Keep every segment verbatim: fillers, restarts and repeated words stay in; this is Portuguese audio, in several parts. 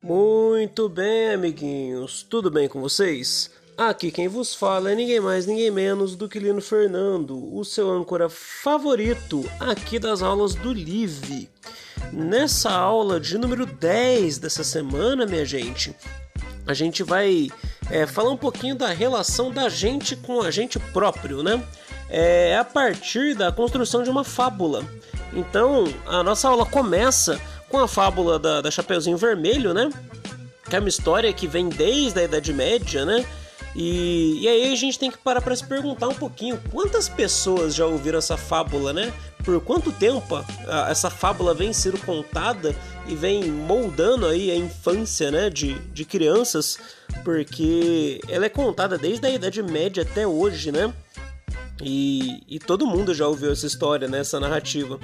Muito bem, amiguinhos, tudo bem com vocês? Aqui quem vos fala é ninguém mais, ninguém menos do que Lino Fernando, o seu âncora favorito aqui das aulas do Live. Nessa aula de número dez dessa semana, minha gente, a gente vai é, falar um pouquinho da relação da gente com a gente próprio, né? É a partir da construção de uma fábula. Então, a nossa aula começa com a fábula da, da Chapeuzinho Vermelho, né? Que é uma história que vem desde a Idade Média, né? E, e aí a gente tem que parar para se perguntar um pouquinho quantas pessoas já ouviram essa fábula, né? Por quanto tempo a, essa fábula vem sendo contada e vem moldando aí a infância, né? De, de crianças, porque ela é contada desde a Idade Média até hoje, né? E, e todo mundo já ouviu essa história, né? Essa narrativa.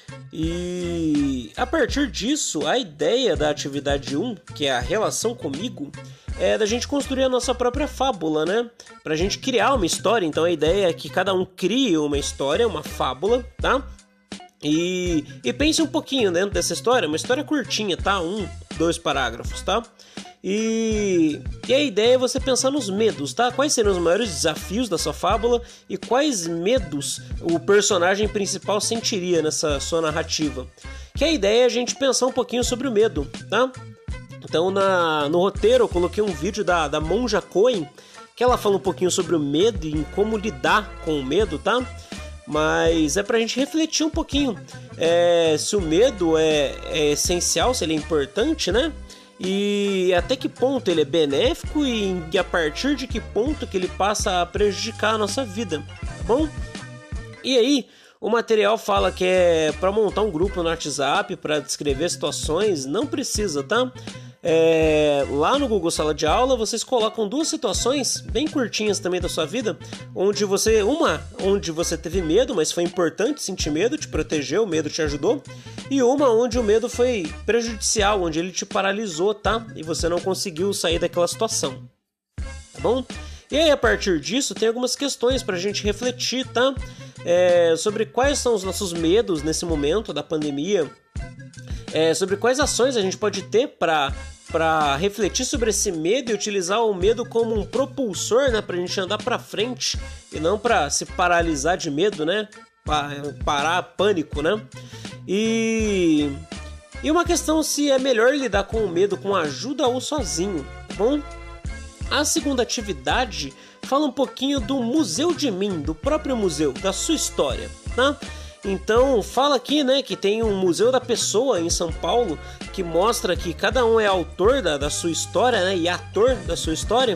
E a partir disso, a ideia da atividade um, que é a relação comigo, é da gente construir a nossa própria fábula, né? Pra gente criar uma história. Então a ideia é que cada um crie uma história, uma fábula, tá? E, e pense um pouquinho dentro dessa história, uma história curtinha, tá? Um, dois parágrafos, tá? E, e a ideia é você pensar nos medos, tá? Quais seriam os maiores desafios da sua fábula e quais medos o personagem principal sentiria nessa sua narrativa. Que a ideia é a gente pensar um pouquinho sobre o medo, tá? Então na, no roteiro eu coloquei um vídeo da, da Monja Coen, que ela fala um pouquinho sobre o medo e em como lidar com o medo, tá? Mas é pra gente refletir um pouquinho é, se o medo é, é essencial, se ele é importante, né? E até que ponto ele é benéfico e, e a partir de que ponto que ele passa a prejudicar a nossa vida, tá bom? E aí, o material fala que é para montar um grupo no WhatsApp para descrever situações, não precisa, tá? É, lá no Google Sala de Aula vocês colocam duas situações bem curtinhas também da sua vida, onde você, uma onde você teve medo, mas foi importante sentir medo, te protegeu, o medo te ajudou, e uma onde o medo foi prejudicial, onde ele te paralisou, tá? E você não conseguiu sair daquela situação, tá bom? E aí a partir disso tem algumas questões pra gente refletir, tá? É, sobre quais são os nossos medos nesse momento da pandemia, é, sobre quais ações a gente pode ter para para refletir sobre esse medo e utilizar o medo como um propulsor, né, para a gente andar para frente e não para se paralisar de medo, né, para parar pânico, né? E e uma questão se é melhor lidar com o medo com ajuda ou sozinho, tá bom? A segunda atividade fala um pouquinho do Museu de Mim, do próprio museu, da sua história, tá? Então fala aqui, né, que tem um Museu da Pessoa em São Paulo que mostra que cada um é autor da, da sua história, né, e ator da sua história.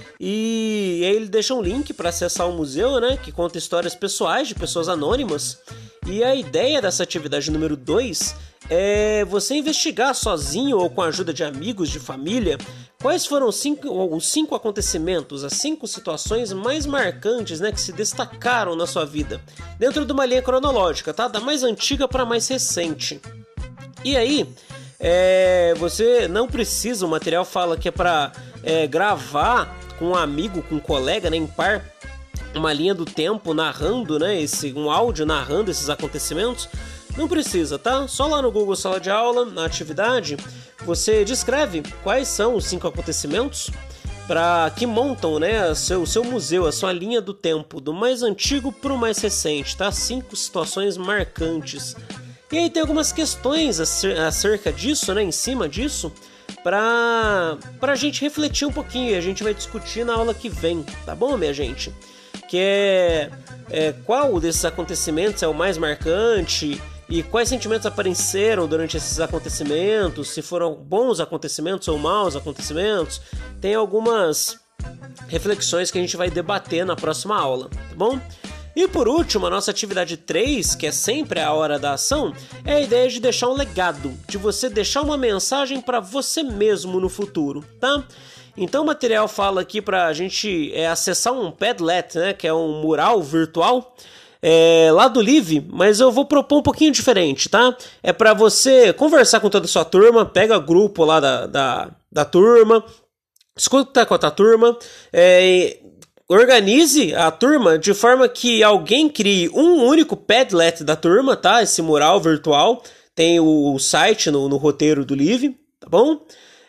E aí ele deixa um link para acessar o museu, né, que conta histórias pessoais de pessoas anônimas. E a ideia dessa atividade número dois é você investigar sozinho ou com a ajuda de amigos, de família, quais foram os cinco, os cinco acontecimentos, as cinco situações mais marcantes, né, que se destacaram na sua vida, dentro de uma linha cronológica, tá? Da mais antiga para a mais recente. E aí, é, você não precisa, o material fala que é para é, gravar com um amigo, com um colega, né, em par, uma linha do tempo narrando, né, esse, um áudio narrando esses acontecimentos. Não precisa, tá? Só lá no Google Sala de Aula, na atividade, você descreve quais são os cinco acontecimentos para que montam, né, o seu, o seu museu, a sua linha do tempo, do mais antigo para o mais recente, tá? Cinco situações marcantes. E aí tem algumas questões acerca disso, né, em cima disso, para a gente refletir um pouquinho e a gente vai discutir na aula que vem, tá bom, minha gente? Que é, é qual desses acontecimentos é o mais marcante e quais sentimentos apareceram durante esses acontecimentos, se foram bons acontecimentos ou maus acontecimentos. Tem algumas reflexões que a gente vai debater na próxima aula, tá bom? E por último, a nossa atividade três, que é sempre a hora da ação, é a ideia de deixar um legado, de você deixar uma mensagem para você mesmo no futuro, tá? Então o material fala aqui para a gente é, acessar um Padlet, né, que é um mural virtual, é, lá do Live, mas eu vou propor um pouquinho diferente, tá? É para você conversar com toda a sua turma, pega grupo lá da, da, da turma, escuta com a tua turma, é, organize a turma de forma que alguém crie um único Padlet da turma, tá? Esse mural virtual, tem o, o site no, no roteiro do Live, tá bom?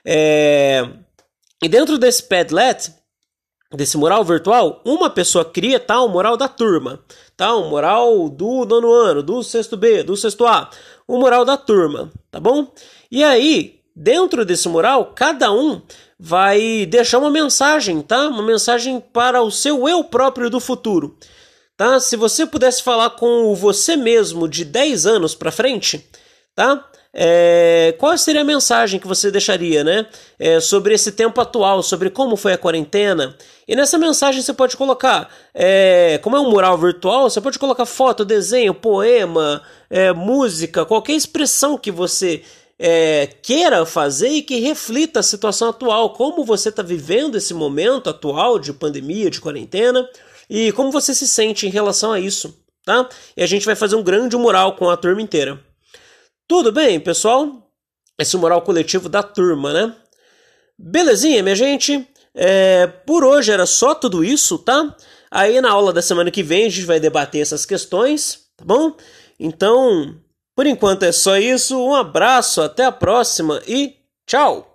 É... E dentro desse Padlet, desse mural virtual, uma pessoa cria tá, o mural da turma, tá? O mural do nono ano, do sexto B, do sexto A, o mural da turma, tá bom? E aí, dentro desse mural, cada um vai deixar uma mensagem, tá? Uma mensagem para o seu eu próprio do futuro, tá? Se você pudesse falar com o você mesmo de dez anos para frente, tá? É, qual seria a mensagem que você deixaria, né? É, sobre esse tempo atual, sobre como foi a quarentena. E nessa mensagem você pode colocar, é, como é um mural virtual, você pode colocar foto, desenho, poema, é, música, qualquer expressão que você é, queira fazer e que reflita a situação atual, como você está vivendo esse momento atual de pandemia, de quarentena, e como você se sente em relação a isso, tá? E a gente vai fazer um grande mural com a turma inteira. Tudo bem, pessoal? Esse mural coletivo da turma, né? Belezinha, minha gente? É, por hoje era só tudo isso, tá? Aí na aula da semana que vem a gente vai debater essas questões, tá bom? Então, por enquanto é só isso. Um abraço, até a próxima e tchau!